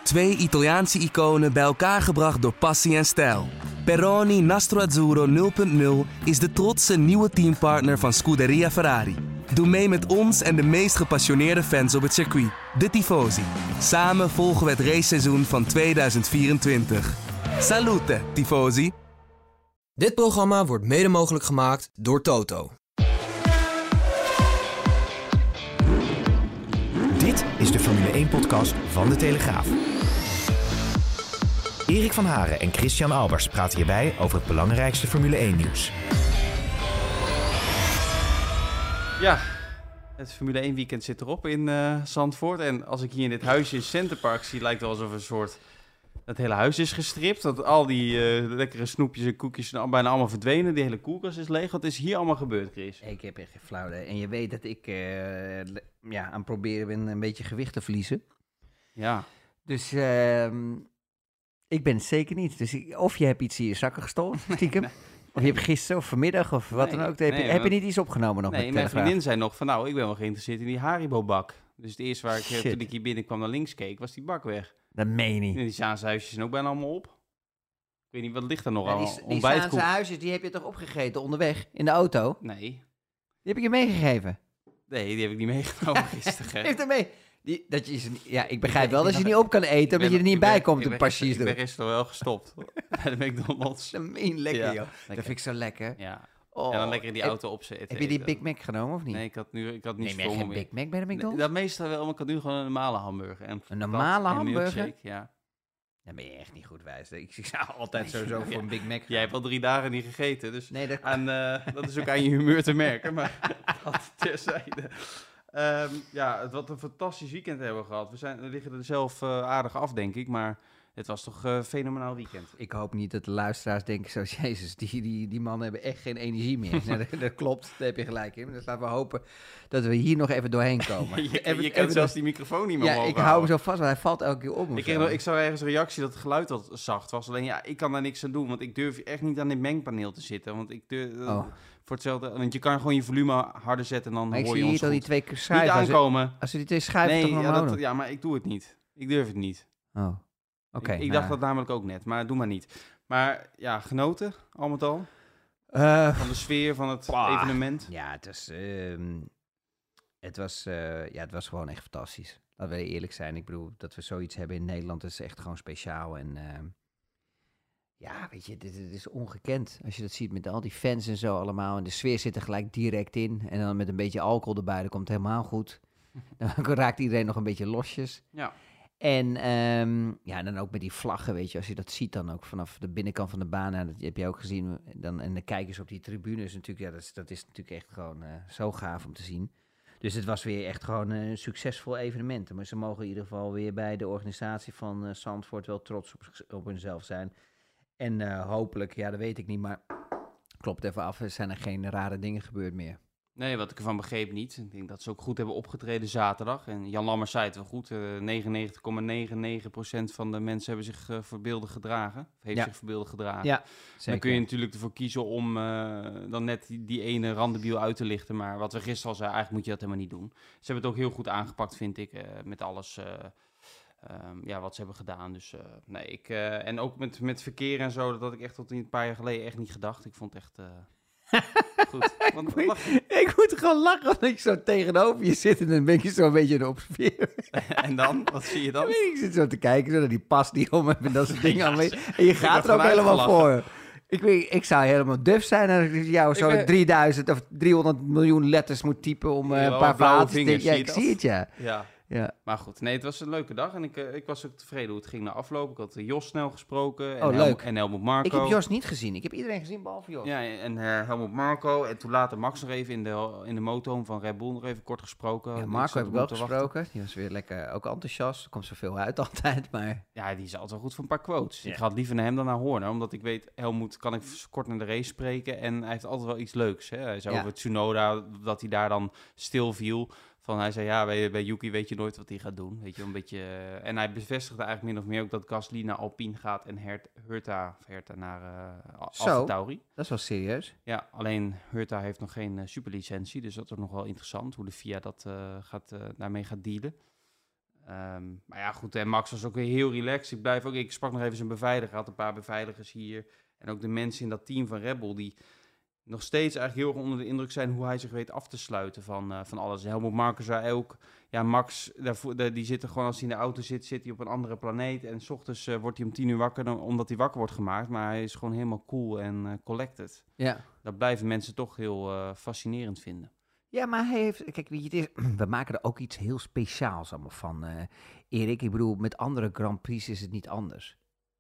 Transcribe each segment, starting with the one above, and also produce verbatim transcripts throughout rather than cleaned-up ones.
Twee Italiaanse iconen bij elkaar gebracht door passie en stijl. Peroni Nastro Azzurro nul punt nul is de trotse nieuwe teampartner van Scuderia Ferrari. Doe mee met ons en de meest gepassioneerde fans op het circuit, de Tifosi. Samen volgen we het raceseizoen van tweeduizend vierentwintig. Salute, Tifosi! Dit programma wordt mede mogelijk gemaakt door Toto. Dit is de Formule één-podcast van De Telegraaf. Erik van Haren en Christian Albers praten hierbij over het belangrijkste Formule één-nieuws. Ja, het Formule één weekend zit erop in uh, Zandvoort. En als ik hier in dit huisje in Centerpark zie, lijkt het wel alsof een soort... Het hele huis is gestript. Dat al die uh, lekkere snoepjes en koekjes zijn bijna allemaal verdwenen. Die hele koelkast is leeg. Wat is hier allemaal gebeurd, Chris? Ik heb echt geen flauw idee. En je weet dat ik uh, ja, aan het proberen ben een beetje gewicht te verliezen. Ja. Dus uh, ik ben het zeker niet. Dus ik, of je hebt iets in je zakken gestolen, stiekem. Nee. Of je hebt gisteren of vanmiddag of wat nee, dan ook. Heb, nee, je, heb je niet iets opgenomen nog? Nee, met mijn vriendin zei nog van nou, ik ben wel geïnteresseerd in die Haribo-bak. Dus het eerste waar ik, Shit. toen ik hier binnenkwam naar links keek, was die bak weg. Dat meen je niet. En die Zaanse huisjes zijn ook bijna allemaal op. Ik weet niet, wat ligt er nog ja, aan? Die, die Zaanse huisjes, die heb je toch opgegeten onderweg in de auto? Nee. Die heb ik je meegegeven? Nee, die heb ik niet meegenomen gisteren. Heeft er mee? Die, dat je, ja, ik begrijp wel dat je niet op kan eten, omdat je er niet bij komt. Een pasjes doen. Ik ben gisteren wel gestopt bij de McDonald's. Dat meen lekker, ja, joh. Lekker. Dat vind ik zo lekker. Ja. Oh, en dan lekker in die auto opzetten. Heb je die Big Mac genomen of niet? Nee, ik had nu ik had niet Neem jij geen Big Mac bij de McDonald's? Nee, dat meestal wel, maar ik had nu gewoon een normale hamburger. En een normale en hamburger? Ja. Dan ben je echt niet goed wijs. Ik zou altijd sowieso voor een Big Mac gaan. Jij hebt al drie dagen niet gegeten, dus nee, dat... aan, uh, dat is ook aan je humeur te merken. Maar dat terzijde. Um, ja, wat een fantastisch weekend hebben we gehad. We, zijn, we liggen er zelf uh, aardig af, denk ik, maar... Het was toch een uh, fenomenaal weekend. Ik hoop niet dat de luisteraars denken zo... Jezus, die, die, die mannen hebben echt geen energie meer. nou, dat, dat klopt, daar heb je gelijk in. Dus laten we hopen dat we hier nog even doorheen komen. je even, je kan zelfs die microfoon niet meer Ja, ik hou hem zo vast, want hij valt elke keer op. Ik, kreeg, ik zag ergens een reactie dat het geluid wat zacht was. Alleen ja, ik kan daar niks aan doen. Want ik durf echt niet aan dit mengpaneel te zitten. Want ik durf... Uh, oh. Voor hetzelfde, want je kan gewoon je volume harder zetten en dan maar hoor je ons goed. Ik zie hier al die twee schuiven. Niet aankomen. Als ze die twee schuiven nee, toch ja, nog dat, ja, maar ik doe het niet. Ik durf het niet. Oh. Okay, ik ik nou. dacht dat namelijk ook net, maar doe maar niet. Maar ja, genoten, al met al? Uh, van de sfeer van het bah. evenement? Ja, het was, uh, het, was, uh, ja, het was gewoon echt fantastisch. Laten we eerlijk zijn. Ik bedoel, dat we zoiets hebben in Nederland is echt gewoon speciaal. En uh, ja, weet je, dit, dit is ongekend. Als je dat ziet met al die fans en zo allemaal. En de sfeer zit er gelijk direct in. En dan met een beetje alcohol erbij, dan komt het helemaal goed. Dan raakt iedereen nog een beetje losjes. Ja. En um, ja, dan ook met die vlaggen, weet je, als je dat ziet dan ook vanaf de binnenkant van de baan, nou, dat heb je ook gezien, dan, en de kijkers op die tribunes natuurlijk, ja, dat is, dat is natuurlijk echt gewoon uh, zo gaaf om te zien. Dus het was weer echt gewoon een succesvol evenement. Maar ze mogen in ieder geval weer bij de organisatie van uh, Zandvoort wel trots op, op hunzelf zijn. En uh, hopelijk, ja, dat weet ik niet, maar klopt even af, er zijn er geen rare dingen gebeurd meer. Nee, wat ik ervan begreep niet. Ik denk dat ze ook goed hebben opgetreden zaterdag. En Jan Lammers zei het wel goed. Uh, negenennegentig komma negenennegentig procent van de mensen hebben zich uh, voorbeeldig gedragen. Of heeft ja. zich voorbeeldig gedragen. Ja, zeker. Dan kun je natuurlijk ervoor kiezen om uh, dan net die, die ene randebiel uit te lichten. Maar wat we gisteren al zeiden, eigenlijk moet je dat helemaal niet doen. Ze hebben het ook heel goed aangepakt, vind ik. Uh, met alles uh, um, ja, wat ze hebben gedaan. Dus uh, nee, ik... Uh, en ook met, met verkeer en zo. Dat had ik echt tot een paar jaar geleden echt niet gedacht. Ik vond het echt... Uh, goed. Want, ik, moet, ik moet gewoon lachen omdat je zo tegenover je zit en dan ben je zo een beetje een opsfeer. En dan? Wat zie je dan? Ik, ik zit zo te kijken, zo naar die pas die om heb en dat soort dingen. Ja, en je gaat er ook helemaal uitgelachen. voor. Ik, weet, ik zou helemaal duf zijn als ik jou zo ben... drieduizend of driehonderd miljoen letters moet typen om uh, een paar bladen te stikken. Ja, ik zie het, ja. ja. Ja. Maar goed, nee, het was een leuke dag en ik, uh, ik was ook tevreden hoe het ging na afloop. Ik had uh, Jos snel gesproken en, oh, Hel- leuk. en Helmut Marko. Ik heb Jos niet gezien. Ik heb iedereen gezien behalve Jos. Ja, en uh, Helmut Marko en toen later Max nog even in de, in de motorhome van Red Bull nog even kort gesproken. Ja, Marco heb ik wel gesproken. Wachten. Die was weer lekker, ook enthousiast. Er komt zoveel uit altijd, maar... Ja, die is altijd wel goed voor een paar quotes. Ja. Ik ga het liever naar hem dan naar Horner, omdat ik weet, Helmut kan ik kort naar de race spreken en hij heeft altijd wel iets leuks. Hè? Hij zei ja. over Tsunoda, dat hij daar dan stil viel. Van hij zei, ja, bij, bij Yuki weet je nooit wat hij gaat doen. Weet je, een beetje, uh, en hij bevestigde eigenlijk min of meer ook dat Gasly naar Alpine gaat en Hert, Hurta, Herta naar uh, AlphaTauri. Dat is wel serieus. Ja, alleen Hurta heeft nog geen uh, superlicentie, dus dat is nog wel interessant hoe de F I A dat, uh, gaat, uh, daarmee gaat dealen. Um, maar ja, goed, en Max was ook weer heel relaxed. Ik blijf ook, ik sprak nog even zijn beveiliger, had een paar beveiligers hier. En ook de mensen in dat team van Red Bull, die nog steeds eigenlijk heel erg onder de indruk zijn hoe hij zich weet af te sluiten van, uh, van alles. Helmut Marko zei ook, ja, Max, daarvoor, de, die zit er gewoon, als hij in de auto zit, zit hij op een andere planeet. En 's ochtends uh, wordt hij om tien uur wakker, dan, omdat hij wakker wordt gemaakt. Maar hij is gewoon helemaal cool en uh, collected. Ja. Dat blijven mensen toch heel uh, fascinerend vinden. Ja, maar hij heeft... Kijk, weet je, het is, we maken er ook iets heel speciaals allemaal van, uh, Erik. Ik bedoel, met andere Grand Prix is het niet anders.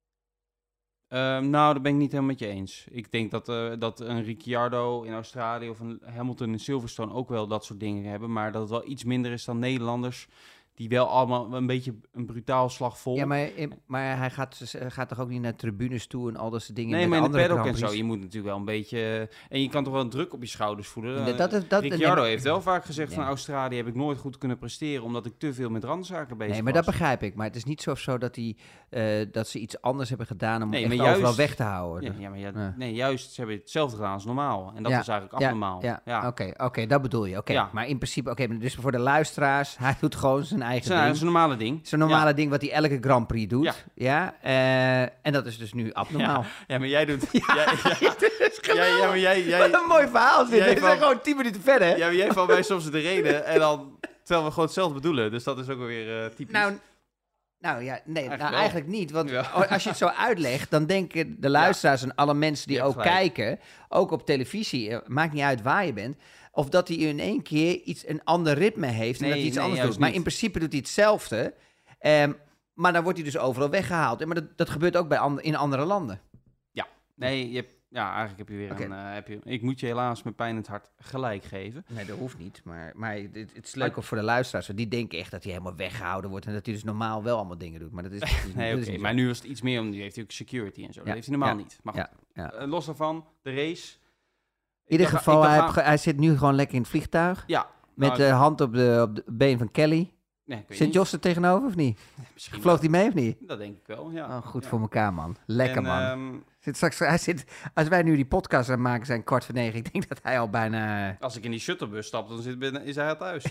Uh, nou, dat ben ik niet helemaal met je eens. Ik denk dat, uh, dat een Ricciardo in Australië of een Hamilton in Silverstone ook wel dat soort dingen hebben. Maar dat het wel iets minder is dan Nederlanders die wel allemaal een beetje een brutaal slag vol. Ja, maar, maar hij gaat, gaat toch ook niet naar tribunes toe en al dat soort dingen? Nee, maar in de paddock en zo. Je moet natuurlijk wel een beetje... En je kan toch wel een druk op je schouders voelen. Dat, dat, dat, Ricciardo nee, heeft wel vaak gezegd nee. van Australië heb ik nooit goed kunnen presteren omdat ik te veel met randzaken bezig was. Nee, maar was. Dat begrijp ik. Maar het is niet zo, zo dat, die, uh, dat ze iets anders hebben gedaan om nee, echt juist, overal weg te houden. Ja, ja maar ja, ja. Nee, juist, ze hebben hetzelfde gedaan als normaal. En dat ja, is eigenlijk ja, abnormaal. Ja, ja. oké, okay, oké, okay, dat bedoel je. Oké, okay. ja. Maar in principe, oké, okay, dus voor de luisteraars, hij doet gewoon zijn eigen zijn, ding. Zijn normale ding. Zijn normale ja. ding wat hij elke Grand Prix doet. Ja. ja? Uh, en dat is dus nu abnormaal. Ja, ja maar jij doet... ja, ja, ja. ja, ja, maar jij, jij, wat een mooi verhaal zit. We zijn gewoon tien minuten verder. Ja, maar jij valt mij soms de reden en dan... Terwijl we gewoon hetzelfde bedoelen. Dus dat is ook weer uh, typisch. Nou, nou ja, nee, eigenlijk, nou, wel. eigenlijk niet. Want ja. als je het zo uitlegt, dan denken de luisteraars ja. en alle mensen die ook gelijk. kijken, ook op televisie, maakt niet uit waar je bent, of dat hij in één keer iets, een ander ritme heeft en nee, dat hij iets nee, anders doet. Niet. Maar in principe doet hij hetzelfde. Um, maar dan wordt hij dus overal weggehaald. Maar dat, dat gebeurt ook bij and- in andere landen. Ja, nee, je hebt, ja, eigenlijk heb je weer okay. een... Uh, heb je, ik moet je helaas met pijn in het hart gelijk geven. Nee, dat hoeft niet. Maar, maar het, het is leuk maar, voor de luisteraars. Want die denken echt dat hij helemaal weggehouden wordt. En dat hij dus normaal wel allemaal dingen doet. Maar dat is, dat is, nee, dat oké. is Maar nu was het iets meer, om, nu heeft hij ook security en zo. Ja. Dat heeft hij normaal ja. niet. Maar goed, ja. Ja. Uh, los daarvan, de race. In ieder dacht, geval, hij, gaan... hij zit nu gewoon lekker in het vliegtuig. Ja. Met nou, de hand op de, op de been van Kelly. Nee, zit Jos er tegenover of niet? Misschien Vloog hij mee of niet? Dat denk ik wel, ja. Oh, goed ja. voor elkaar, man. Lekker, en, man. Um, zit straks, hij zit, als wij nu die podcast aan maken zijn kwart voor negen, ik denk dat hij al bijna... Als ik in die shuttlebus stap, dan zit, is hij al thuis.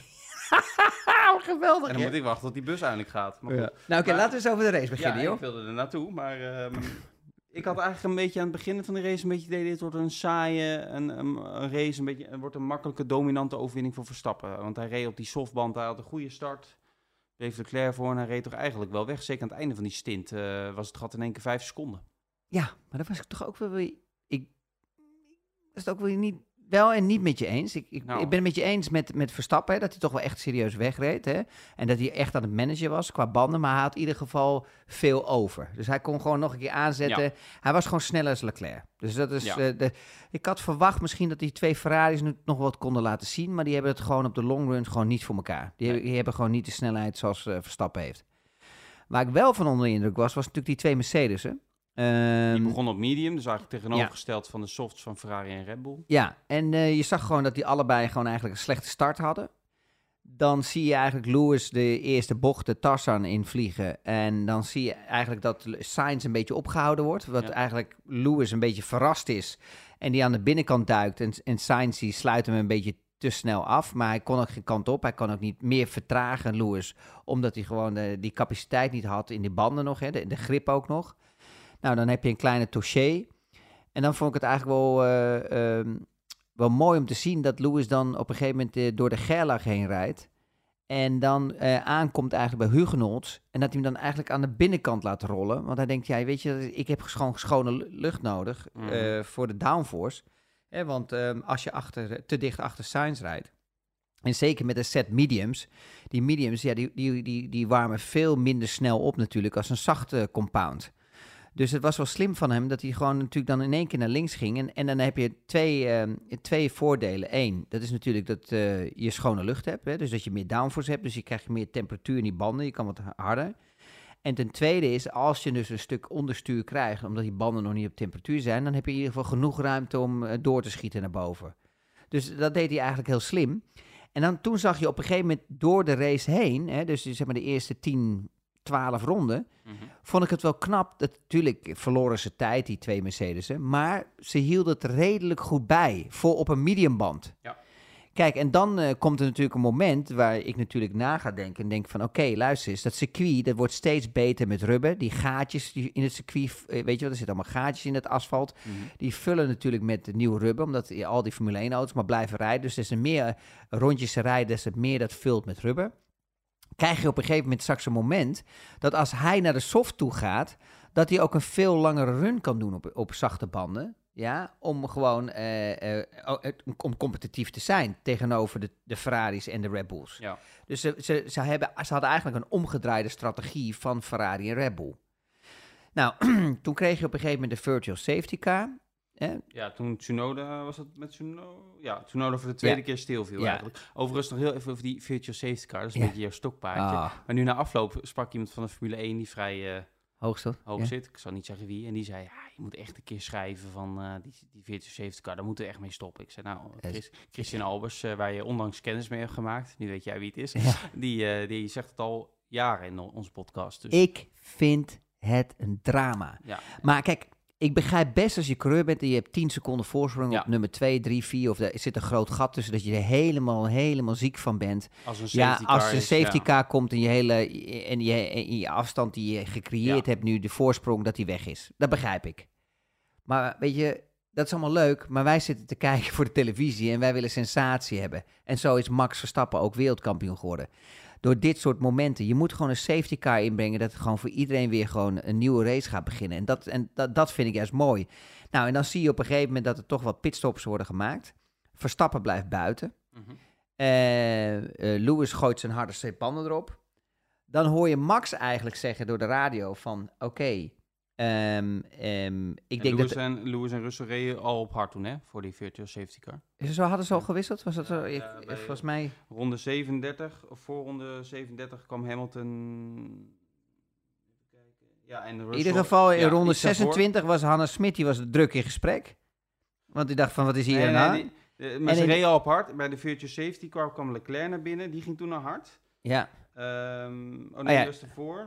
Geweldig, En dan moet ik wachten tot die bus eindelijk gaat. Maar ja. Nou, oké, okay, laten we eens over de race beginnen, ja, joh. ik wilde er naartoe, maar... Um, ik had eigenlijk een beetje aan het begin van de race een beetje idee, dit wordt een saaie een, een, een race, een beetje, het wordt een makkelijke, dominante overwinning voor Verstappen. Want hij reed op die softband, hij had een goede start. Bleef Leclerc voor en hij reed toch eigenlijk wel weg. Zeker aan het einde van die stint uh, was het gat in één keer vijf seconden. Ja, maar dat was ik toch ook wel weer... Ik was het ook weer niet... Wel en niet met je eens. Ik, ik, nou. ik ben het met je eens met, met Verstappen, hè, dat hij toch wel echt serieus wegreed. Hè? En dat hij echt aan het managen was qua banden, maar hij had in ieder geval veel over. Dus hij kon gewoon nog een keer aanzetten. Ja. Hij was gewoon sneller als Leclerc. Dus dat is... Ja. Uh, de, ik had verwacht misschien dat die twee Ferraris nu nog wat konden laten zien, maar die hebben het gewoon op de long run gewoon niet voor elkaar. Die, nee. die hebben gewoon niet de snelheid zoals uh, Verstappen heeft. Waar ik wel van onder de indruk was, was natuurlijk die twee Mercedes'en. Um, die begon op medium, dus eigenlijk tegenovergesteld ja. van de softs van Ferrari en Red Bull. Ja, en uh, je zag gewoon dat die allebei gewoon eigenlijk een slechte start hadden. Dan zie je eigenlijk Lewis de eerste bocht de Tarzan invliegen. En dan zie je eigenlijk dat Sainz een beetje opgehouden wordt. Wat ja. eigenlijk Lewis een beetje verrast is. En die aan de binnenkant duikt. En, en Sainz die sluit hem een beetje te snel af. Maar hij kon ook geen kant op. Hij kon ook niet meer vertragen, Lewis. Omdat hij gewoon de, die capaciteit niet had in die banden nog. Hè, de, de grip ook nog. Nou, dan heb je een kleine touché. En dan vond ik het eigenlijk wel, uh, um, wel mooi om te zien dat Lewis dan op een gegeven moment uh, door de Gerlach heen rijdt. En dan uh, aankomt eigenlijk bij Hugenholtz. En dat hij hem dan eigenlijk aan de binnenkant laat rollen. Want hij denkt, ja, weet je, ik heb gewoon schone lucht nodig uh, mm. voor de downforce. Hè, want um, als je achter, te dicht achter Sainz rijdt. En zeker met een set mediums. Die mediums, ja, die, die, die, die warmen veel minder snel op natuurlijk als een zachte compound. Dus het was wel slim van hem dat hij gewoon natuurlijk dan in één keer naar links ging. En, en dan heb je twee, uh, twee voordelen. Eén, dat is natuurlijk dat uh, je schone lucht hebt. Hè? Dus dat je meer downforce hebt. Dus je krijgt meer temperatuur in die banden. Je kan wat harder. En ten tweede is, als je dus een stuk onderstuur krijgt, omdat die banden nog niet op temperatuur zijn, dan heb je in ieder geval genoeg ruimte om uh, door te schieten naar boven. Dus dat deed hij eigenlijk heel slim. En dan toen zag je op een gegeven moment door de race heen, hè, dus zeg maar de eerste tien, twaalf ronden, mm-hmm. vond ik het wel knap. Dat, natuurlijk verloren ze tijd, die twee Mercedes'en, maar ze hielden het redelijk goed bij voor op een mediumband. Ja. Kijk, en dan uh, komt er natuurlijk een moment waar ik natuurlijk na ga denken en denk van, oké, okay, luister eens, dat circuit, dat wordt steeds beter met rubber. Die gaatjes die in het circuit, uh, weet je wel, er zitten allemaal gaatjes in het asfalt. Mm-hmm. Die vullen natuurlijk met nieuw rubber, omdat die, al die Formule één auto's maar blijven rijden. Dus des te meer rondjes ze rijden, des te meer dat vult met rubber. Krijg je op een gegeven moment straks een moment dat als hij naar de soft toe gaat, dat hij ook een veel langere run kan doen op, op zachte banden. Ja, om gewoon uh, uh, om competitief te zijn tegenover de, de Ferraris en de Red Bulls. Ja. Dus ze, ze, ze, hebben, ze hadden eigenlijk een omgedraaide strategie van Ferrari en Red Bull. Nou, toen kreeg je op een gegeven moment de virtual safety car. Eh? Ja, toen Tsunoda, was dat met Tsunoda? Ja, Tsunoda voor de tweede ja. keer stilviel ja. eigenlijk. Overigens nog heel even over die virtual safety car, dat is een ja. beetje jouw stokpaardje. Ah. Maar nu na afloop sprak iemand van de Formule één die vrij... Uh, Hoog, hoog ja. zit, ik zal niet zeggen wie. En die zei, ja, je moet echt een keer schrijven van uh, die, die virtual safety car, daar moeten we echt mee stoppen. Ik zei, nou, Chris, Christian Albers, uh, waar je onlangs kennis mee hebt gemaakt, nu weet jij wie het is, ja. die, uh, die zegt het al jaren in onze podcast. Dus. Ik vind het een drama. Ja. Maar kijk, ik begrijp best als je coureur bent en je hebt tien seconden voorsprong ja. op nummer twee, drie, vier, of er zit een groot gat tussen dat je er helemaal, helemaal ziek van bent. Als een safety ja, car als een is, safety ja. car komt en je hele en je, en je afstand die je gecreëerd ja. hebt nu, de voorsprong, dat die weg is. Dat begrijp ik. Maar weet je, dat is allemaal leuk, maar wij zitten te kijken voor de televisie en wij willen sensatie hebben. En zo is Max Verstappen ook wereldkampioen geworden. Door dit soort momenten. Je moet gewoon een safety car inbrengen, dat het gewoon voor iedereen weer gewoon een nieuwe race gaat beginnen. En dat, en dat, dat vind ik juist mooi. Nou, en dan zie je op een gegeven moment dat er toch wat pitstops worden gemaakt. Verstappen blijft buiten. Mm-hmm. Uh, uh, Lewis gooit zijn harde streepbanden erop. Dan hoor je Max eigenlijk zeggen door de radio van, oké, okay, Um, um, ik denk Lewis, dat... en, Lewis en Russell reden al op hard toen, hè? Voor die virtual safety car. Is het zo, hadden ze al gewisseld? Was dat zo? Ja, ik, volgens mij... Ronde zevenendertig, of voor ronde zevenendertig kwam Hamilton... Ja, en Russell, in ieder geval in ja, ronde zesentwintig was Hannes Smit, die was druk in gesprek. Want die dacht van, wat is hier nee, aan nee, nee, uh, Maar en ze in... reden al op hard. Bij de virtual safety car kwam Leclerc naar binnen. Die ging toen naar hard. Ja. Um, oh nee, oh, ja. die was ervoor.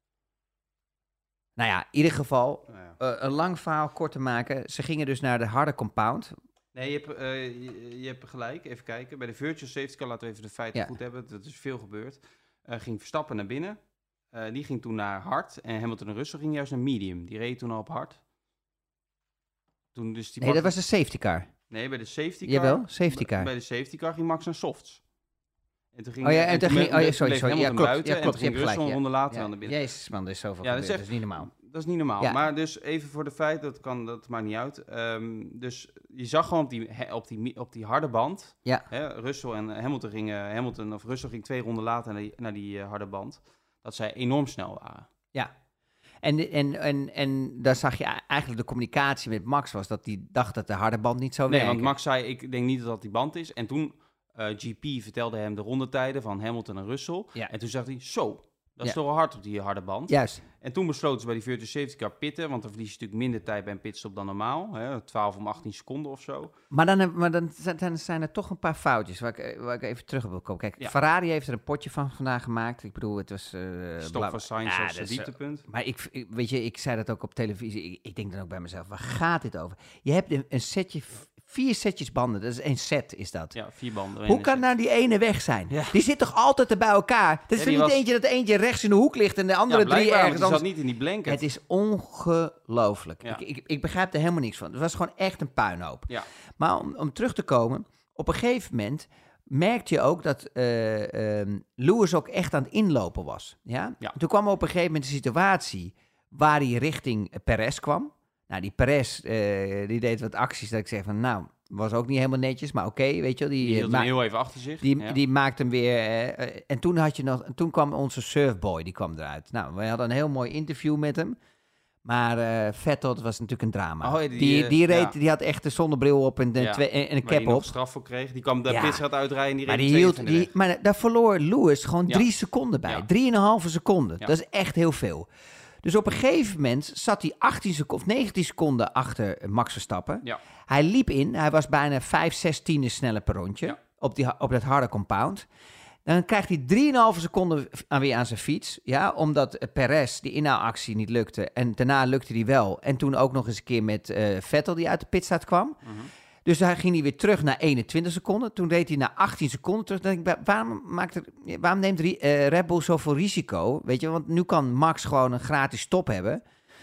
Nou ja, in ieder geval, nou ja. uh, een lang verhaal kort te maken. Ze gingen dus naar de harde compound. Nee, je hebt, uh, je, je hebt gelijk. Even kijken. Bij de virtual safety car, laten we even de feiten ja. goed hebben. Dat is veel gebeurd. Uh, ging Verstappen naar binnen. Uh, die ging toen naar hard. En Hamilton en Russell gingen juist naar medium. Die reden toen al op hard. Toen dus die nee, dat was de safety car. Nee, bij de safety car. Jawel, safety car. Bij de safety car ging Max naar softs. En toen ging, oh ja, en, en toen ging... Oh ja, sorry, sorry. Ja, klopt, buiten, ja, klopt. En toen ging Russell een ronde later ja. aan de binnen. Jezus man, er is zoveel ja, gebeurd. Dat is, echt, dat is niet normaal. Dat is niet normaal. Ja. Maar dus even voor de feit, dat, kan, dat maakt niet uit. Um, dus je zag gewoon op die, he, op die, op die harde band. Ja. Hè, Russell en Hamilton gingen... Hamilton of Russell ging twee ronden later naar die, naar die uh, harde band. Dat zij enorm snel waren. Ja. En, en, en, en daar zag je eigenlijk de communicatie met Max was dat hij dacht dat de harde band niet zou nee, werken. Nee, want Max zei, ik denk niet dat dat die band is. En toen, uh, G P vertelde hem de rondetijden van Hamilton en Russell. Ja. En toen zag hij, zo, dat is ja. toch wel hard op die harde band. Juist. En toen besloten ze bij die virtual safety car pitten, want dan verlies je natuurlijk minder tijd bij een pitstop dan normaal. Hè, twaalf om achttien seconden of zo. Maar dan, maar dan zijn, zijn er toch een paar foutjes waar ik, waar ik even terug op wil komen. Kijk, ja. Ferrari heeft er een potje van vandaag gemaakt. Ik bedoel, het was... Uh, Stop van Sainz ja, als het dieptepunt. Uh, maar ik, ik, weet je, ik zei dat ook op televisie. Ik, ik denk dan ook bij mezelf, waar gaat dit over? Je hebt een, een setje... Vier setjes banden, dat is één set is dat. Ja, vier banden. Hoe kan set. nou die ene weg zijn? Ja. Die zit toch altijd er bij elkaar? Het is ja, niet was... eentje dat eentje rechts in de hoek ligt en de andere ja, drie ergens anders. Het zat niet in die blanket. Het is ongelooflijk. Ja. Ik, ik, ik begrijp er helemaal niks van. Het was gewoon echt een puinhoop. Ja. Maar om, om terug te komen, op een gegeven moment merkte je ook dat uh, uh, Lewis ook echt aan het inlopen was. Ja? Ja. Toen kwam op een gegeven moment de situatie waar hij richting Perez kwam. Nou, die Perez, uh, die deed wat acties dat ik zeg van, nou, was ook niet helemaal netjes, maar oké, okay, weet je wel. Die, die hield ma- hem heel even achter zich. Die, ja. die maakte hem weer, uh, uh, en toen had je nog, toen kwam onze surfboy, die kwam eruit. Nou, we hadden een heel mooi interview met hem, maar uh, Vettel, dat was natuurlijk een drama. Oh, die, die, die, reed, ja. die had echt een zonnebril op en, ja. twee, en een cap Waar hij nog op. straf voor kreeg, die kwam de ja. pitstraat uitrijden en die maar reed die hield, die, Maar daar verloor Lewis gewoon ja. drie seconden bij, ja. drieënhalve seconden. Ja. Dat is echt heel veel. Dus op een gegeven moment zat hij achttien seconden of negentien seconden achter Max Verstappen. Ja. Hij liep in, hij was bijna vijf, zes tienden sneller per rondje ja. op, die, op dat harde compound. Dan krijgt hij drieënhalve seconden aan weer aan zijn fiets, ja, omdat Perez die inhaalactie niet lukte. En daarna lukte hij wel. En toen ook nog eens een keer met uh, Vettel die uit de pitstraat kwam. Uh-huh. Dus hij ging hij weer terug naar eenentwintig seconden. Toen reed hij naar achttien seconden terug. Dan denk ik, waarom, maakt er, waarom neemt uh, Red Bull zoveel risico? Weet je, want nu kan Max gewoon een gratis stop hebben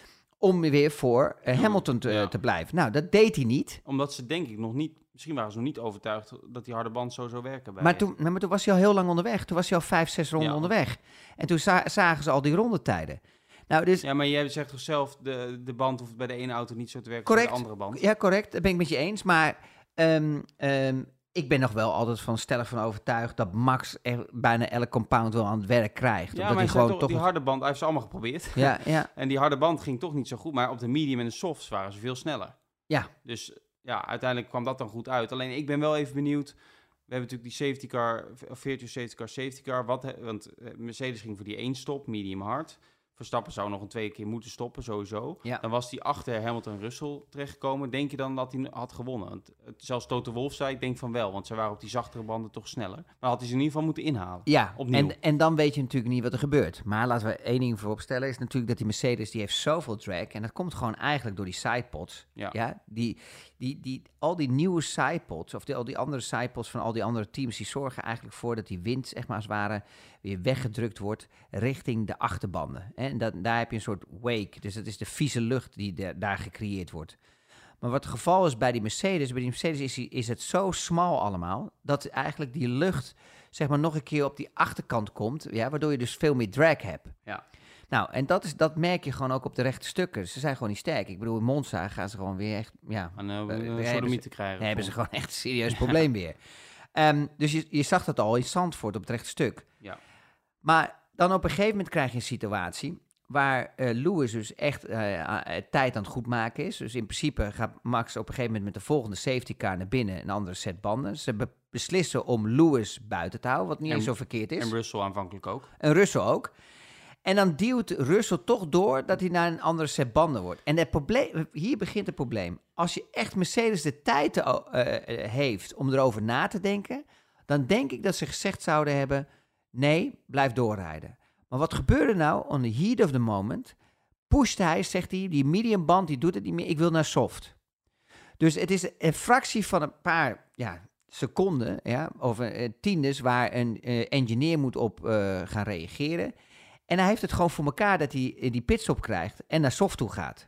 om weer voor uh, Hamilton te, ja. te blijven. Nou, dat deed hij niet. Omdat ze denk ik nog niet, misschien waren ze nog niet overtuigd dat die harde band zo zou werken. Bij maar, toen, maar toen was hij al heel lang onderweg. Toen was hij al vijf, zes ronden ja. onderweg. En toen za- zagen ze al die rondetijden. Nou, dus, ja, maar jij zegt toch zelf, de, de band hoeft bij de ene auto niet zo te werken correct, als bij de andere band? Ja, correct. Dat ben ik met je eens. Maar um, um, ik ben nog wel altijd van stellig van overtuigd dat Max er bijna elk compound wel aan het werk krijgt. Ja, omdat maar hij gewoon toch, toch die harde band, hij heeft ze allemaal geprobeerd. Ja, ja. En die harde band ging toch niet zo goed. Maar op de medium en de softs waren ze veel sneller. Ja. Dus ja, uiteindelijk kwam dat dan goed uit. Alleen ik ben wel even benieuwd. We hebben natuurlijk die safety car, virtual safety car, safety car. Wat, want Mercedes ging voor die één stop, medium hard. Verstappen zou nog een twee keer moeten stoppen, sowieso. Ja. Dan was hij achter Hamilton en Russell terechtgekomen. Denk je dan dat hij had gewonnen? Want zelfs Toto Wolff zei, ik denk van wel. Want ze waren op die zachtere banden toch sneller. Maar had hij ze in ieder geval moeten inhalen. Ja, opnieuw. En, en dan weet je natuurlijk niet wat er gebeurt. Maar laten we één ding voorop stellen. Is natuurlijk dat die Mercedes, die heeft zoveel drag. En dat komt gewoon eigenlijk door die sidepods. Ja. Ja? Die, die, die, al die nieuwe sidepods, of die, al die andere sidepods van al die andere teams, die zorgen eigenlijk voor dat die wind, zeg maar als het ware, weer weggedrukt wordt richting de achterbanden. En dat, daar heb je een soort wake. Dus dat is de vieze lucht die de, daar gecreëerd wordt. Maar wat het geval is bij die Mercedes, bij die Mercedes is, die, is het zo smal allemaal, dat eigenlijk die lucht, zeg maar, nog een keer op die achterkant komt, ja, waardoor je dus veel meer drag hebt. Ja. Nou, en dat, is, dat merk je gewoon ook op de rechte stukken. Ze zijn gewoon niet sterk. Ik bedoel, in Monza gaan ze gewoon weer echt, ja, aan uh, sodomie te krijgen. Dan hebben ze gewoon echt een serieus probleem weer. Um, dus je, je zag dat al in Zandvoort op het rechte stuk. Ja. Maar dan op een gegeven moment krijg je een situatie waar uh, Lewis dus echt uh, uh, tijd aan het goedmaken is. Dus in principe gaat Max op een gegeven moment met de volgende safety car naar binnen, een andere set banden. Ze be- beslissen om Lewis buiten te houden, wat niet en, eens zo verkeerd is. En Russell aanvankelijk ook. En Russell ook. En dan duwt Russell toch door dat hij naar een andere set banden wordt. En het probleem, hier begint het probleem. Als je echt Mercedes de tijd uh, uh, heeft om erover na te denken, dan denk ik dat ze gezegd zouden hebben, nee, blijf doorrijden. Maar wat gebeurde nou? On the heat of the moment pusht hij, zegt hij, die medium band, die doet het niet meer, ik wil naar soft. Dus het is een fractie van een paar ja, seconden, ja, of uh, tiendes, waar een uh, engineer moet op uh, gaan reageren. En hij heeft het gewoon voor elkaar dat hij die pitstop krijgt en naar soft toe gaat.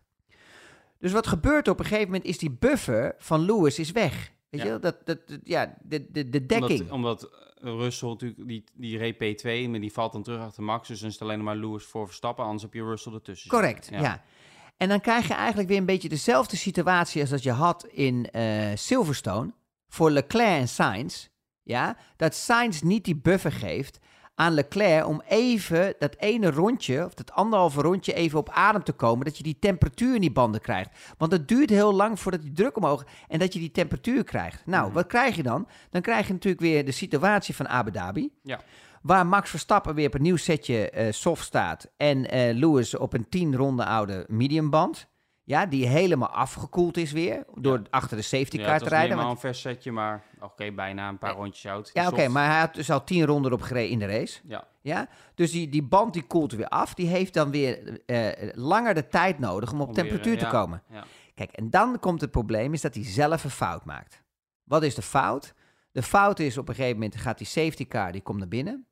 Dus wat gebeurt op een gegeven moment is die buffer van Lewis is weg. Weet ja. je wel? Dat, dat, dat, ja, de, de, de dekking. Omdat, omdat Russell natuurlijk, die, die reed P twee, maar die valt dan terug achter Max. Dus dan is het alleen maar Lewis voor Verstappen, anders heb je Russell ertussen. Correct, ja. ja. En dan krijg je eigenlijk weer een beetje dezelfde situatie als dat je had in uh, Silverstone voor Leclerc en Sainz. Ja, dat Sainz niet die buffer geeft aan Leclerc om even dat ene rondje, of dat anderhalve rondje, even op adem te komen, dat je die temperatuur in die banden krijgt. Want het duurt heel lang voordat die druk omhoog, en dat je die temperatuur krijgt. Nou, mm. wat krijg je dan? Dan krijg je natuurlijk weer de situatie van Abu Dhabi, ja. waar Max Verstappen weer op een nieuw setje uh, soft staat en uh, Lewis op een tien ronde oude mediumband. Ja, die helemaal afgekoeld is weer, door ja. achter de safety car ja, te rijden. Ja, het was helemaal een vers setje, maar oké, okay, bijna een paar ja. rondjes oud. Ja, oké, okay, maar hij had dus al tien ronden erop gereden in de race. Ja. Ja, dus die, die band die koelt weer af. Die heeft dan weer uh, langer de tijd nodig om op om temperatuur weer, uh, te ja, komen. Ja. Kijk, en dan komt het probleem, is dat hij zelf een fout maakt. Wat is de fout? De fout is op een gegeven moment, gaat die safety car, die komt naar binnen.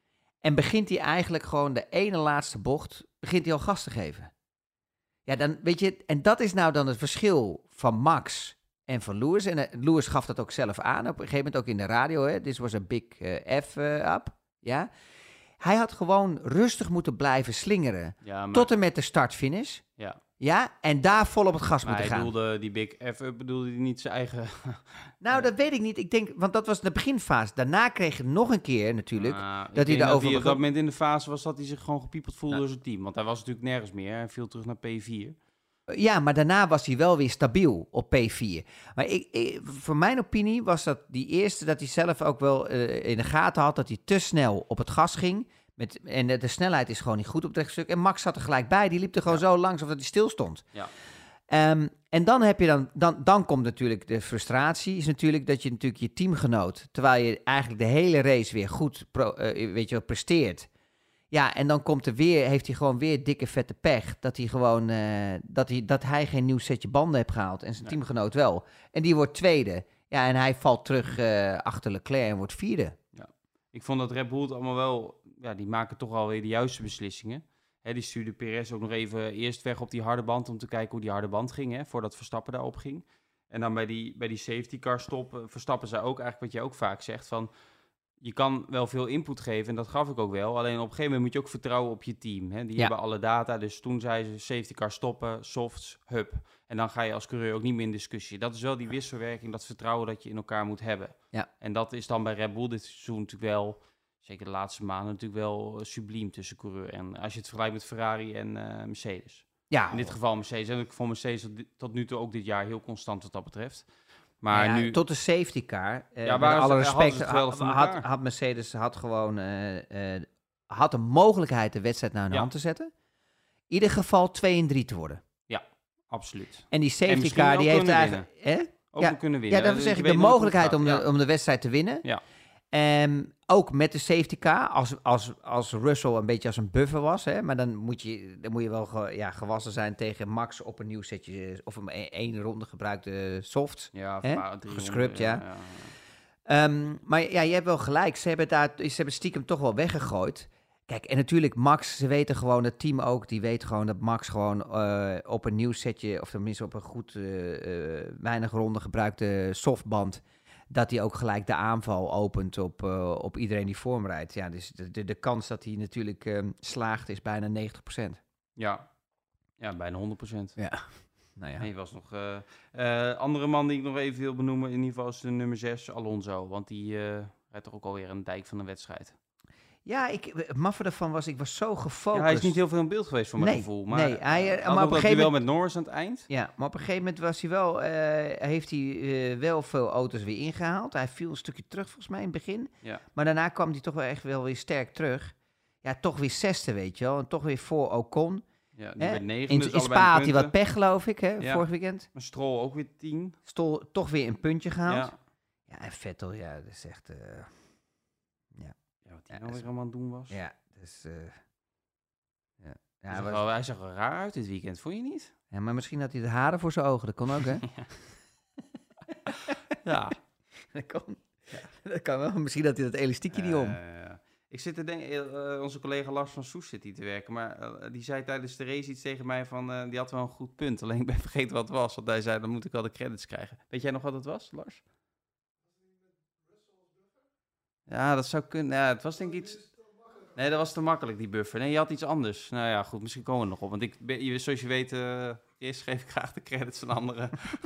En begint hij eigenlijk gewoon de ene laatste bocht, begint hij al gas te geven. Ja, dan weet je, en dat is nou dan het verschil van Max en van Lewis. En uh, Lewis gaf dat ook zelf aan, op een gegeven moment ook in de radio. Hè? This was a big uh, F-up, uh, ja. Hij had gewoon rustig moeten blijven slingeren, ja, maar... tot en met de start-finish. Ja. Ja, en daar vol op het gas maar moeten hij gaan. Bedoelde, die big F-up bedoelde hij niet zijn eigen... Nou, dat weet ik niet. Ik denk, want dat was de beginfase. Daarna kreeg je nog een keer natuurlijk, nou, dat hij daarover... Dat op dat moment in de fase was dat hij zich gewoon gepiepeld voelde nou. door zijn team. Want hij was natuurlijk nergens meer. Hij viel terug naar P vier. Ja, maar daarna was hij wel weer stabiel op P vier. Maar ik, ik, voor mijn opinie was dat die eerste, dat hij zelf ook wel uh, in de gaten had, dat hij te snel op het gas ging. Met, en de, de snelheid is gewoon niet goed op het rechtstuk. En Max zat er gelijk bij. Die liep er gewoon ja. zo langs of dat hij stil stond. Ja. Um, en dan heb je dan, dan, dan komt natuurlijk de frustratie, is natuurlijk dat je natuurlijk je teamgenoot, terwijl je eigenlijk de hele race weer goed pro, uh, weet je wel, presteert, Ja, en dan komt er weer, heeft hij gewoon weer dikke vette pech. Dat hij gewoon uh, dat hij, dat hij geen nieuw setje banden heeft gehaald. En zijn Nee. teamgenoot wel. En die wordt tweede. Ja, en hij valt terug uh, achter Leclerc en wordt vierde. Ik vond dat Red Bull het allemaal wel... Ja, die maken toch alweer de juiste beslissingen. Hè, die stuurde Perez ook nog even eerst weg op die harde band... om te kijken hoe die harde band ging, hè, voordat Verstappen daarop ging. En dan bij die, bij die safety car stop... Uh, Verstappen zei ook eigenlijk wat je ook vaak zegt... van je kan wel veel input geven en dat gaf ik ook wel. Alleen op een gegeven moment moet je ook vertrouwen op je team. Hè. Die Ja. hebben alle data, dus toen zei ze safety car stoppen, softs, hup. En dan ga je als coureur ook niet meer in discussie. Dat is wel die wisselwerking, dat vertrouwen dat je in elkaar moet hebben. Ja. En dat is dan bij Red Bull dit seizoen natuurlijk wel, zeker de laatste maanden, natuurlijk wel uh, subliem tussen coureur. En als je het vergelijkt met Ferrari en uh, Mercedes. Ja, In dit geval Mercedes. En ik vond Mercedes tot, tot nu toe ook dit jaar heel constant wat dat betreft. Maar ja, nu... tot de safety car. Uh, Ja, met waren ze- alle hadden respect. ze het geweldig Had, voor had, elkaar. had Mercedes had gewoon uh, uh, had de mogelijkheid de wedstrijd naar hun Ja. hand te zetten. In ieder geval twee en drie te worden. Absoluut. En die En safety misschien car ook die heeft kunnen eigenlijk. Hè? Ook Ja. nog kunnen winnen. Ja, dat Dus zeg je ik. De weet nooit hoe het mogelijkheid gaat. om de, Ja. om de wedstrijd te winnen. Ja. Um, ook met de safety car, als, als, als Russell een beetje als een buffer was, hè, maar dan moet je, dan moet je wel ge, ja, gewassen zijn tegen Max op een nieuw setje, of een e- één ronde gebruikte softs. Ja, Hè? maar drie Gescrubt, ronden, ja. Um, maar ja, je hebt wel gelijk, ze hebben, daar, ze hebben stiekem toch wel weggegooid. Kijk, en natuurlijk Max, ze weten gewoon, het team ook, die weet gewoon dat Max gewoon uh, op een nieuw setje, of tenminste op een goed, uh, uh, weinig ronde gebruikte softband, dat hij ook gelijk de aanval opent op, uh, op iedereen die voor hem rijdt. Ja, dus de, de, de kans dat hij natuurlijk um, slaagt is bijna negentig procent. Ja. Ja, bijna honderd procent. Ja. Nou ja. En je was nog... Uh, uh, andere man die ik nog even wil benoemen, in ieder geval is de nummer zes, Alonso. Want die uh, rijdt toch ook alweer een dijk van de wedstrijd. Ja, ik, het maffe ervan was, ik was zo gefocust. Ja, hij is niet heel veel in beeld geweest voor mijn Nee, gevoel. Maar, nee, hij, uh, maar op een ook dat gegeven duel moment- met Norris aan het eind. Ja, maar op een gegeven moment was hij wel, uh, heeft hij uh, wel veel auto's weer ingehaald. Hij viel een stukje terug volgens mij in het begin. Ja. Maar daarna kwam hij toch wel echt wel weer sterk terug. Ja, toch weer zesde, weet je wel. En toch weer voor Ocon. Ja, die Hè? werd negen, In, dus in allebei Spa de had hij wat punten. pech, geloof ik, hè, Ja. vorig weekend. Maar Stroll ook weer tien. Stol toch weer een puntje gehaald. Ja, Ja. en Vettel, ja, dat is echt... Uh, Ja, wat hij Ja, nou is- weer allemaal aan het doen was. ja, dus... Uh, ja. Ja, hij, hij zag was- wel, hij zag er raar uit dit weekend, vond je niet? ja, maar misschien had hij de haren voor zijn ogen. Dat kon ook, hè? Ja. dat, kon, dat kan wel. Misschien had hij dat elastiekje niet om. Uh, ik zit te denken, uh, onze collega Lars van Soes zit hier te werken, maar uh, die zei tijdens de race iets tegen mij van, uh, die had wel een goed punt, alleen ik ben vergeten wat het was, want hij zei, dan moet ik wel de credits krijgen. Weet jij nog wat het was, Lars? Ja, dat zou kunnen. Ja, het was denk ik iets... Nee, dat was te makkelijk, die buffer. Nee, je had iets anders. Nou ja, goed, misschien komen we er nog op, want ik, ben- je- zoals je weet, uh, eerst geef ik graag de credits aan anderen.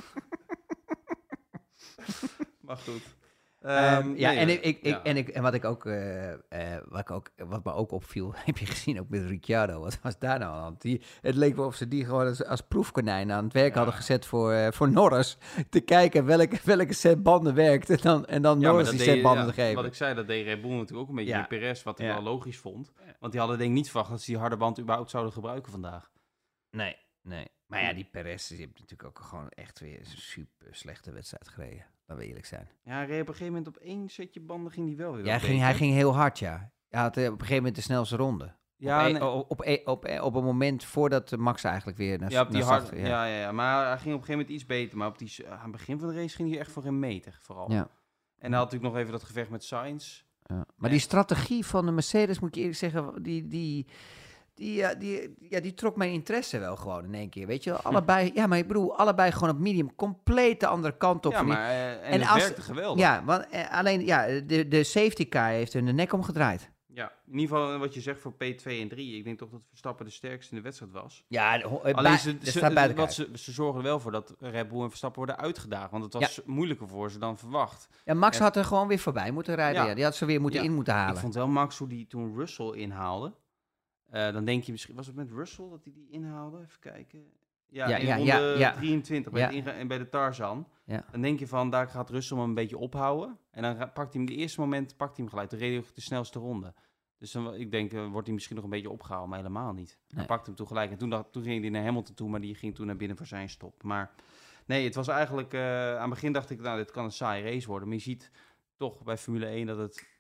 Maar goed. Um, Um, ja, nee, en, uh, ik, ik, ja. ik, en, ik, en wat ik ook, uh, uh, wat, ik ook, wat me ook opviel, heb je gezien ook met Ricciardo. Wat was daar nou aan de hand? Die, het leek wel of ze die gewoon als, als proefkonijn aan het werk Ja. hadden gezet voor, uh, voor Norris. Te kijken welke, welke set banden werkt. En dan, en dan Ja, maar Norris dat die deed- set banden ja, te geven. Wat ik zei, dat deed Red Bull natuurlijk ook een beetje Ja. met Perez, wat ik Ja. wel logisch vond. Want die hadden denk ik niet verwacht dat ze die harde band überhaupt zouden gebruiken vandaag. Nee, nee. Maar ja, die Perez die heeft natuurlijk ook gewoon echt weer een super slechte wedstrijd gereden. Laten we eerlijk zijn. Ja, hij reed op een gegeven moment op één setje banden ging hij wel weer Ja, wat hij ging, beter. hij ging heel hard, ja. Hij had eh, op een gegeven moment de snelste ronde. Ja, op, nee. e- op, op, e- op, e- op een moment voordat eh, Max eigenlijk weer naar, Ja, op die naar hard, start- ja. Ja, ja, maar hij ging op een gegeven moment iets beter. Maar op die, s- aan het begin van de race ging hij echt voor een meter, vooral. Ja. En dan had natuurlijk nog even dat gevecht met Sainz. Ja. Maar Ja. die strategie van de Mercedes, moet ik eerlijk zeggen, die, die, die, ja, die, ja, die trok mijn interesse wel gewoon in één keer. Weet je wel, allebei, ja, maar ik bedoel, allebei gewoon op medium, compleet de andere kant op. Ja, van die- maar eh, en, en het als- werkte geweldig. ja, want eh, alleen, ja, de, de safety car heeft hun de nek omgedraaid. Ja, in ieder geval wat je zegt voor P twee en drie. Ik denk toch dat Verstappen de sterkste in de wedstrijd was. Ja, de, ho- eh, Alleen bij- ze, er ze, staat buiten wat kijf. ze, ze zorgen er wel voor dat Red Bull en Verstappen worden uitgedaagd. Want het was moeilijker voor ze dan verwacht. Ja, Max en- had er gewoon weer voorbij moeten rijden. Ja. Ja. Die had ze weer moeten Ja. in moeten halen. Ik vond wel Max hoe die toen Russell inhaalde. Uh, dan denk je misschien, was het met Russell dat hij die inhaalde? Even kijken. Ja, Ja, in ja, ronde ja, ja. drieëntwintig bij, Ja. het inga- en bij de Tarzan. Ja. Dan denk je van, daar gaat Russell hem een beetje ophouden. En dan ra- pakt hij hem, de eerste moment pakt hij hem gelijk. Dan reed hij ook de snelste ronde. Dus dan, ik denk, uh, wordt hij misschien nog een beetje opgehouden, maar helemaal niet. Hij Nee. pakte hem toen gelijk. En toen, dacht, toen ging hij naar Hamilton toe, maar die ging toen naar binnen voor zijn stop. Maar nee, het was eigenlijk, uh, aan het begin dacht ik, nou, dit kan een saaie race worden. Maar je ziet toch bij Formule één dat het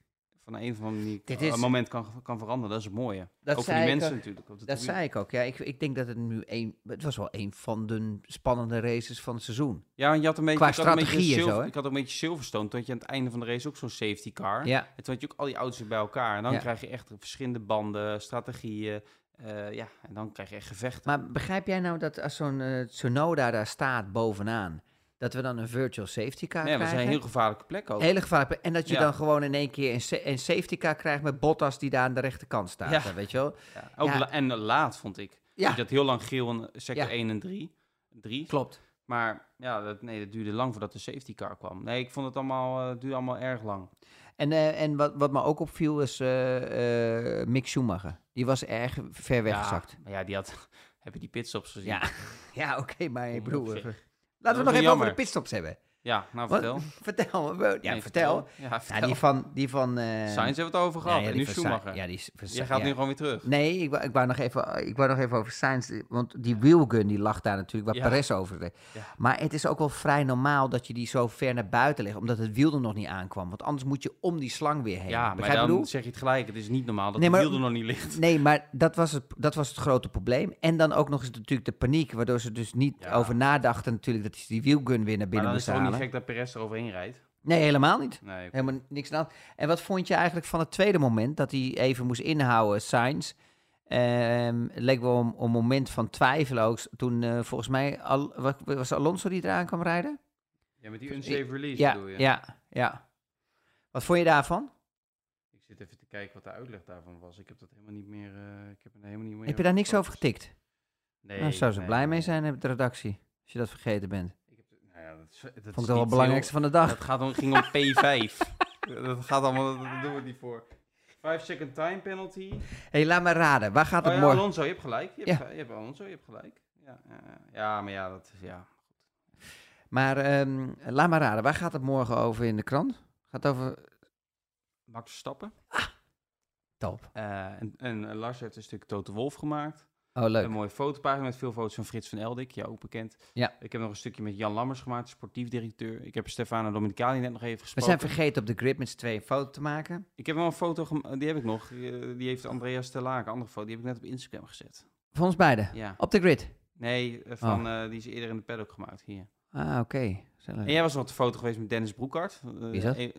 van een of andere manier Dit uh, is- een moment kan, kan veranderen. Dat is het mooie. Dat ook voor zei die ik mensen ook. natuurlijk. Op de Dat tribune. zei ik ook. Ja, ik, ik denk dat het nu een... Het was wel een van de spannende races van het seizoen. Ja, en je had een beetje... Qua ik had een beetje strategie en Silver- zo, hè? Ik had ook een beetje Silverstone. Toen had je aan het einde van de race ook zo'n safety car. Ja. En toen had je ook al die auto's bij elkaar. En dan Ja. krijg je echt verschillende banden, strategieën. Uh, ja, en dan krijg je echt gevechten. Maar begrijp jij nou dat als zo'n uh, Tsunoda daar staat bovenaan, dat we dan een virtual safety car Nee, we krijgen? zijn een heel gevaarlijke plek ook. Hele gevaarlijk. En dat je Ja. dan gewoon in één keer een, sa- een safety car krijgt met Bottas die daar aan de rechterkant staat. Ja. hè, Weet je wel? Ja, ook Ja. la- en laat, vond ik. Ja. Je had heel lang geel in sector Ja. één en drie. drie. Klopt. Maar ja, dat, nee, dat duurde lang voordat de safety car kwam. Nee, ik vond het allemaal, uh, het duurde allemaal erg lang. En, uh, en wat, wat me ook opviel is uh, uh, Mick Schumacher. Die was erg ver weggezakt. Ja, maar ja, die had... Heb je die pitstops gezien? Ja, ja oké, okay, maar ik bedoel... Op uh, zich. laten we nog wel even jammer. over de pitstops hebben. Ja, nou Wat? vertel. Vertel. Ja, Nee, vertel. Ja, vertel. Ja, die van... Die van uh, Sainz hebben we het over gehad. ja, ja, en die nu van Schumacher. Sainz- Ja, die is van Jij Sainz- gaat ja. nu gewoon weer terug. Nee, ik wou, ik, wou nog even, ik wou nog even over Sainz. Want die wheelgun die lag daar natuurlijk, waar Ja. Perez over reed. Ja. Maar het is ook wel vrij normaal dat je die zo ver naar buiten legt. Omdat het wiel er nog niet aankwam. Want anders moet je om die slang weer heen. Ja, maar Begrijp je dan wat ik bedoel? zeg je het gelijk. Het is niet normaal dat Nee, de maar- wiel er nog niet ligt. Nee, maar dat was, het, dat was het grote probleem. En dan ook nog eens natuurlijk de paniek. Waardoor ze dus niet Ja. over nadachten natuurlijk dat ze die wielgun weer naar Maar binnen dan is moesten het ook niet halen. gek dat Perez er overheen rijdt. Nee, helemaal niet. Nee, oké. Helemaal niks aan. En wat vond je eigenlijk van het tweede moment dat hij even moest inhouden, Sainz? Ehm, het leek wel een, een moment van twijfel ook. Toen uh, volgens mij, Al, wa- was het Alonso die eraan kwam rijden? Ja, met die unsafe release Ja, bedoel je? ja, ja. Wat vond je daarvan? Ik zit even te kijken wat de uitleg daarvan was. Ik heb dat helemaal niet meer... uh, ik heb er helemaal niet meer... Heb je daar niks over getikt? Nee. Nou, zou ze nee, blij mee nee. zijn met de redactie, als je dat vergeten bent. Ik heb, nou ja, dat is, dat Vond is ik toch wel het niet belangrijkste van de heel- dag. Dat gaat om, ging om P vijf. Dat gaat allemaal... Dat doen we niet voor. vijf second time penalty. Hé, hey, laat me raden. Waar gaat Oh het ja, morgen? Alonso, je hebt gelijk. Je hebt, Ja. ge- je hebt Alonso, je hebt gelijk. Ja, ja, ja. ja, maar ja, dat is... Ja. Maar ehm, laat me raden. Waar gaat het morgen over in de krant? Gaat het over... Max Verstappen. Top. Uh, en, en Lars heeft een stuk Toto Wolff gemaakt. Oh, leuk. Een mooie fotopagina met veel foto's van Frits van Eldik, jou ook bekend. Ja. Ik heb nog een stukje met Jan Lammers gemaakt, sportief directeur. Ik heb Stefano Domenicali net nog even We gesproken. zijn vergeten op de grid met z'n tweeën een foto te maken. Ik heb wel een foto, gem- die heb ik nog. Die, die heeft Andreas Terlaak, een andere foto. Die heb ik net op Instagram gezet. Van ons beiden. Ja. Op de grid. Nee, eh, van, eh, die is eerder in de paddock gemaakt hier. Ah, oké. Okay. En jij was nog op de foto geweest met Dennis Broekhart. Uh, Wie is dat? Wie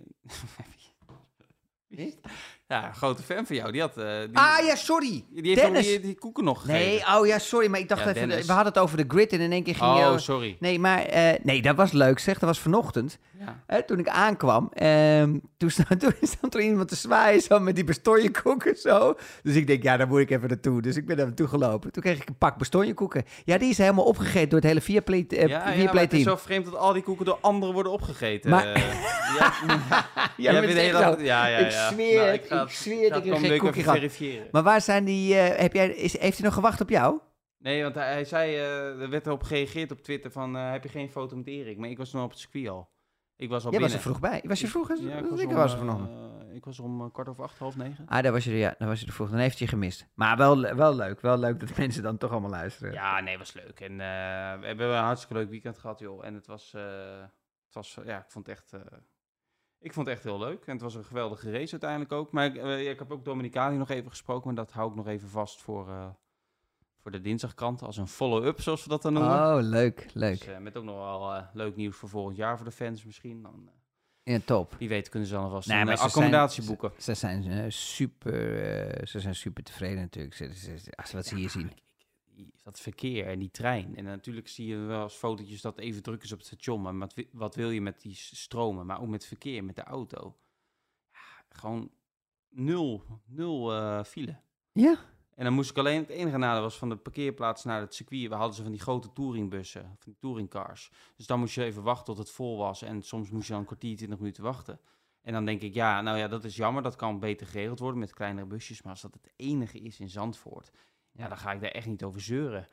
is dat? Ja, een grote fan van jou. Die had... uh, die, Ah, ja, sorry. Die heeft Dennis. ook die, die koeken nog gegeven. Nee, oh ja, sorry. Maar ik dacht Ja, even, Dennis. we hadden het over de grid en in één keer ging Oh, je... sorry. Nee, maar eh, nee, dat was leuk zeg. Dat was vanochtend. Ja. Hè, toen ik aankwam, ehm, toen, stond, toen stond er iemand te zwaaien zo met die bestonjekoeken zo. Dus ik denk, ja, daar moet ik even naartoe. Dus ik ben daar naartoe gelopen. Toen kreeg ik een pak bestonjekoeken. Ja, die is helemaal opgegeten door het hele Viaplay, uh, Ja, ja, maar Viaplay het is team. zo vreemd dat al die koeken door anderen worden opgegeten. Maar- Eh, ja, Ja, jij maar bent het is heel echt erg- zo. ja, ja, Ik ja. zweer Nou, het, ga ik zweer dat ik ga nog het geen komende week koekje even gehad. verifiëren. Maar waar zijn die... eh, heb jij, is, heeft hij nog gewacht op jou? Nee, want hij, hij zei, eh, er werd erop gereageerd op Twitter van, eh, heb je geen foto met Erik? Maar ik was nog op het circuit al. Ik was al Jij was binnen. er vroeg bij. Was je vroeg? Ja, ik was, ik om, was er eh, vanochtend. eh, ik was om eh, kwart over acht, half negen. Ah, daar was je er, ja, daar was je er vroeg. Dan heeft hij je gemist. Maar wel, wel leuk. Wel leuk dat mensen dan toch allemaal luisteren. Ja, nee, was leuk. En eh, we hebben een hartstikke leuk weekend gehad, joh. En het was, eh, het was ja, ik vond het echt... eh, Ik vond het echt heel leuk. En het was een geweldige race uiteindelijk ook. Maar ik, uh, ik heb ook Domenicali nog even gesproken. Maar dat hou ik nog even vast voor, uh, voor de dinsdagkrant. Als een follow-up, zoals we dat dan noemen. Oh, leuk, leuk. Dus, uh, met ook nog wel uh, leuk nieuws voor volgend jaar voor de fans misschien. Dan, uh, ja, top. Wie weet kunnen ze dan alvast Nee, een maar uh, ze accommodatie zijn, boeken. Ze, ze zijn uh, super, uh, ze zijn super tevreden natuurlijk. Ze, ze, ze, als wat ze hier zien. Dat verkeer en die trein. En natuurlijk zie je wel als fotootjes dat het even druk is op het station. Maar wat, wat wil je met die stromen? Maar ook met verkeer, met de auto. Ja, gewoon nul, nul uh, file. Ja. En dan moest ik alleen, het enige nadeel was van de parkeerplaats naar het circuit. We hadden ze van die grote touringbussen, van die touringcars. Dus dan moest je even wachten tot het vol was. En soms moest je dan een kwartier, twintig minuten wachten. En dan denk ik, ja, nou ja, dat is jammer. Dat kan beter geregeld worden met kleinere busjes. Maar als dat het enige is in Zandvoort, ja, dan ga ik daar echt niet over zeuren.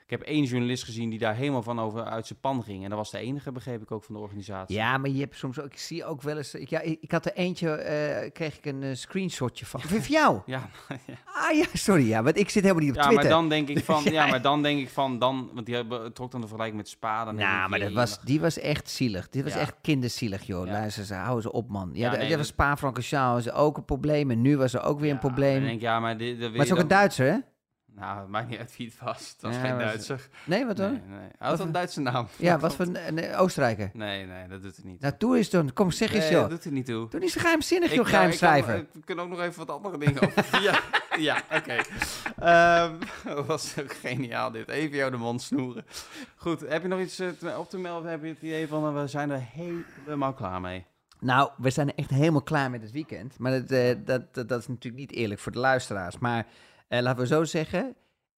Ik heb één journalist gezien die daar helemaal van over uit zijn pan ging. En dat was de enige, begreep ik ook, van de organisatie. Ja, maar je hebt soms ook, ik zie ook wel eens, ik, ja, ik, ik had er eentje, uh, kreeg ik een uh, screenshotje van. Van jou? Ja, ja. Ah ja, sorry, ja, want ik zit helemaal niet op ja, Twitter. Maar dan denk ik van, ja, maar dan denk ik van, dan, want die hebben, trok dan de vergelijking met Spa. Dan nou, maar dat was, die was echt zielig. Dit was ja. echt kinderzielig, joh. Ja. Luister, ze houden ze op, man. Ja, ja, nee, dat dat was Spa-Francorchamps was ook een probleem en nu was er ook weer ja, een probleem. Dan denk ik, ja, maar, dit, maar het is ook een Duitser, hè? Nou, het maakt niet uit wie het was. Het was ja, geen was Duitser. Het... Nee, wat dan? Nee, nee. Hij had een Duitse naam. Ja, wat voor een, een Oostenrijker? Nee, nee, dat doet het niet. Nou, doe eens dan. Kom, zeg eens, nee, joh. dat doet het niet toe. Doe niet zo geheimzinnig, joh, ik, geheimschrijver. Nou, we kunnen ook nog even wat andere dingen over. ja, ja oké. Okay. Um, dat was ook geniaal dit. Even jou de mond snoeren. Goed, heb je nog iets uh, op te melden? Heb je het idee van, uh, we zijn er helemaal klaar mee? Nou, we zijn echt helemaal klaar met het weekend. Maar dat, uh, dat, dat, dat is natuurlijk niet eerlijk voor de luisteraars. Maar uh, laten we zo zeggen...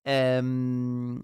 Um,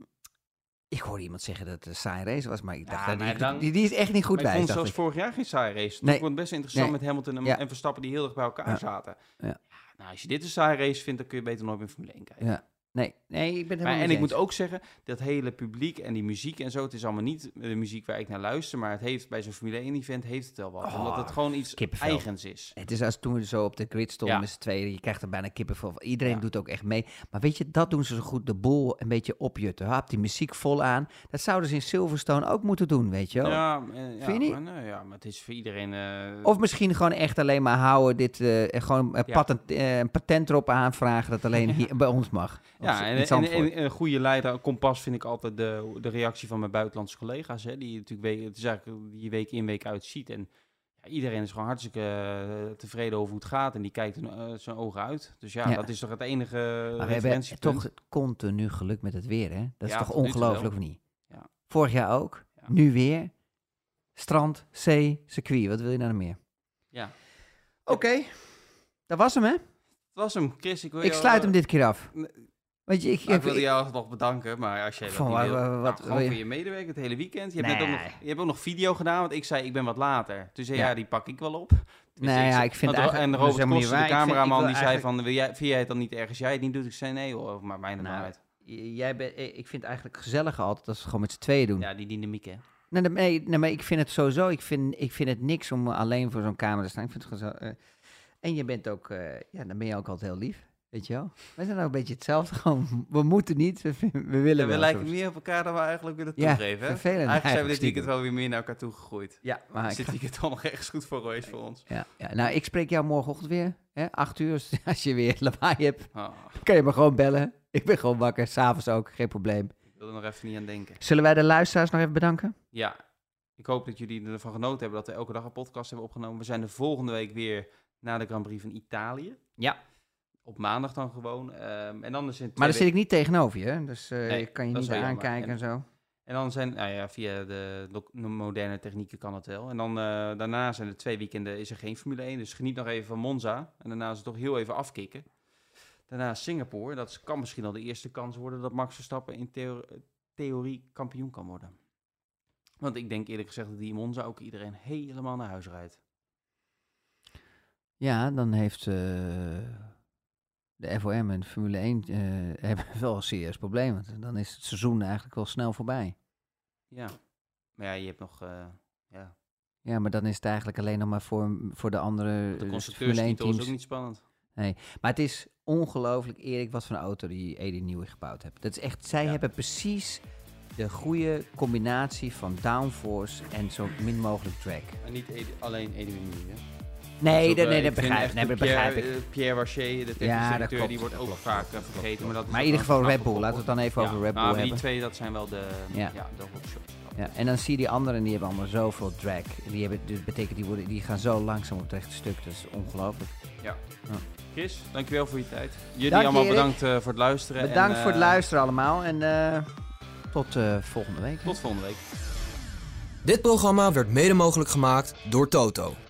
ik hoorde iemand zeggen dat het een saaie race was, maar ik dacht, ja, dat die, dan, die, die is echt niet goed wijs. Ik vond zelfs vorig jaar geen saaie race. Nee. Ik vond het best interessant nee. met Hamilton en, ja. en Verstappen die heel erg bij elkaar ja. zaten. Ja. Nou, als je dit een saaie race vindt, dan kun je beter nooit meer Formule één kijken. Ja. Nee, nee, ik ben het helemaal maar, En ik eens. moet ook zeggen, dat hele publiek en die muziek en zo, het is allemaal niet de muziek waar ik naar luister, maar het heeft bij zo'n Formule één event heeft het wel wat. Oh, omdat het gewoon iets kippenvel. Eigens is. Het is als toen we zo op de grid stonden ja. met z'n tweeën, je krijgt er bijna kippenvel. Iedereen ja. doet ook echt mee. Maar weet je, dat doen ze zo goed, de boel een beetje opjutten. Hap die muziek vol aan. Dat zouden ze in Silverstone ook moeten doen, weet je wel. Ja, uh, Vind ja, je niet? Maar, nee, ja, maar het is voor iedereen... Uh... Of misschien gewoon echt alleen maar houden, dit, uh, gewoon uh, ja. patent, uh, een patent erop aanvragen dat alleen hier bij ons mag. Ja, en, en, en een goede leider, kompas vind ik altijd de, de reactie van mijn buitenlandse collega's, hè, die natuurlijk week, het is eigenlijk die week in week uit ziet. En ja, iedereen is gewoon hartstikke uh, tevreden over hoe het gaat en die kijkt uh, zijn ogen uit. Dus ja, ja, dat is toch het enige maar we hebben toch continu geluk met het weer, hè? Dat is ja, toch ongelooflijk of niet? Ja. Vorig jaar ook, ja. Nu weer. Strand, zee, circuit, wat wil je nou meer? Ja. Oké, okay. Dat was hem, hè? Dat was hem, Chris. Ik, wil ik jou, sluit hem dit keer af. Weet je, ik, ik wilde jou nog bedanken, maar als jij dat niet wil, wat, wat, nou, gewoon voor je medewerker het hele weekend. Je hebt, nee. net ook nog, je hebt ook nog video gedaan, want ik zei ik ben wat later. Toen zei ja, ja die pak ik wel op. Dus nee, ik, ja, ik vind want, eigenlijk... En Robert Koster, de cameraman, die eigenlijk... zei van, wil jij, vind jij het dan niet erg als jij het niet doet? Ik zei nee hoor, maar mij er nou uit. Jij ben, ik vind het eigenlijk gezelliger altijd als we het gewoon met z'n tweeën doen. Ja, die dynamiek hè. Nee, nee, nee, maar ik vind het sowieso, ik vind, ik vind het niks om alleen voor zo'n camera te staan. Ik vind het gezellig. Uh, en je bent ook, uh, ja, dan ben je ook altijd heel lief. Weet je wel? Wij zijn ook een beetje hetzelfde. Gewoon, we moeten niet, we, we willen ja, we wel. We lijken soms. meer op elkaar dan we eigenlijk willen ja, toegeven. Vervelend. Eigenlijk, eigenlijk zijn we dit stiekem. weekend wel weer meer naar elkaar toegegroeid. Ja, maar dus dit ga... weekend toch nog ergens goed voor geweest voor ons. Ja, ja, nou, ik spreek jou morgenochtend weer. Hè? Acht uur, als je weer lawaai hebt. Oh. Kan je me gewoon bellen. Ik ben gewoon wakker. S'avonds ook, geen probleem. Ik wil er nog even niet aan denken. Zullen wij de luisteraars nog even bedanken? Ja. Ik hoop dat jullie ervan genoten hebben dat we elke dag een podcast hebben opgenomen. We zijn de volgende week weer na de Grand Prix van Italië. Ja. Op maandag dan gewoon. Um, en dan is in maar dan zit ik niet tegenover je, dus uh, nee, kan je niet aankijken en, en zo. En dan zijn, nou ja, via de, de moderne technieken kan het wel. En dan uh, daarna zijn er twee weekenden, is er geen Formule één. Dus geniet nog even van Monza. En daarna is het toch heel even afkicken. Daarna Singapore. Dat kan misschien al de eerste kans worden dat Max Verstappen in theo- theorie kampioen kan worden. Want ik denk eerlijk gezegd dat die in Monza ook iedereen helemaal naar huis rijdt. Ja, dan heeft uh, de F O M en de Formule één uh, hebben wel een serieus probleem. Want dan is het seizoen eigenlijk wel snel voorbij. Ja, maar ja, je hebt nog... Uh, ja. ja, maar dan is het eigenlijk alleen nog maar voor, voor de andere de constructeurstitel is ook niet spannend. Nee, maar het is ongelooflijk, Erik, wat voor een auto die Edi Nieuwe gebouwd heeft. Dat is echt, zij ja. hebben precies de goede combinatie van downforce en zo min mogelijk drag. En niet Edi, alleen Edi Nieuwe, hè? Nee, ook, dat, uh, nee, dat begrijp, nee, dat begrijp ik. Pierre, Pierre Waché, de technische ja, directeur, klopt, die wordt ook klopt, vaak klopt, uh, vergeten. Klopt, maar, dat maar in ieder geval Red Bull, laten we het dan even ja, over Red Bull nou, hebben. Die twee, dat zijn wel de, ja. Ja, de hotshots. Ja, en dan zie je die anderen, die hebben allemaal zoveel drag. Die hebben, dus betekent, die, worden, die gaan zo langzaam op het rechte stuk, dat is ongelooflijk. Ja. ja. Chris, dankjewel voor je tijd. Jullie Dank allemaal je, bedankt uh, voor het luisteren. Bedankt en, uh, voor het luisteren allemaal en uh, tot uh, volgende week. Tot volgende week. Dit programma werd mede mogelijk gemaakt door Toto.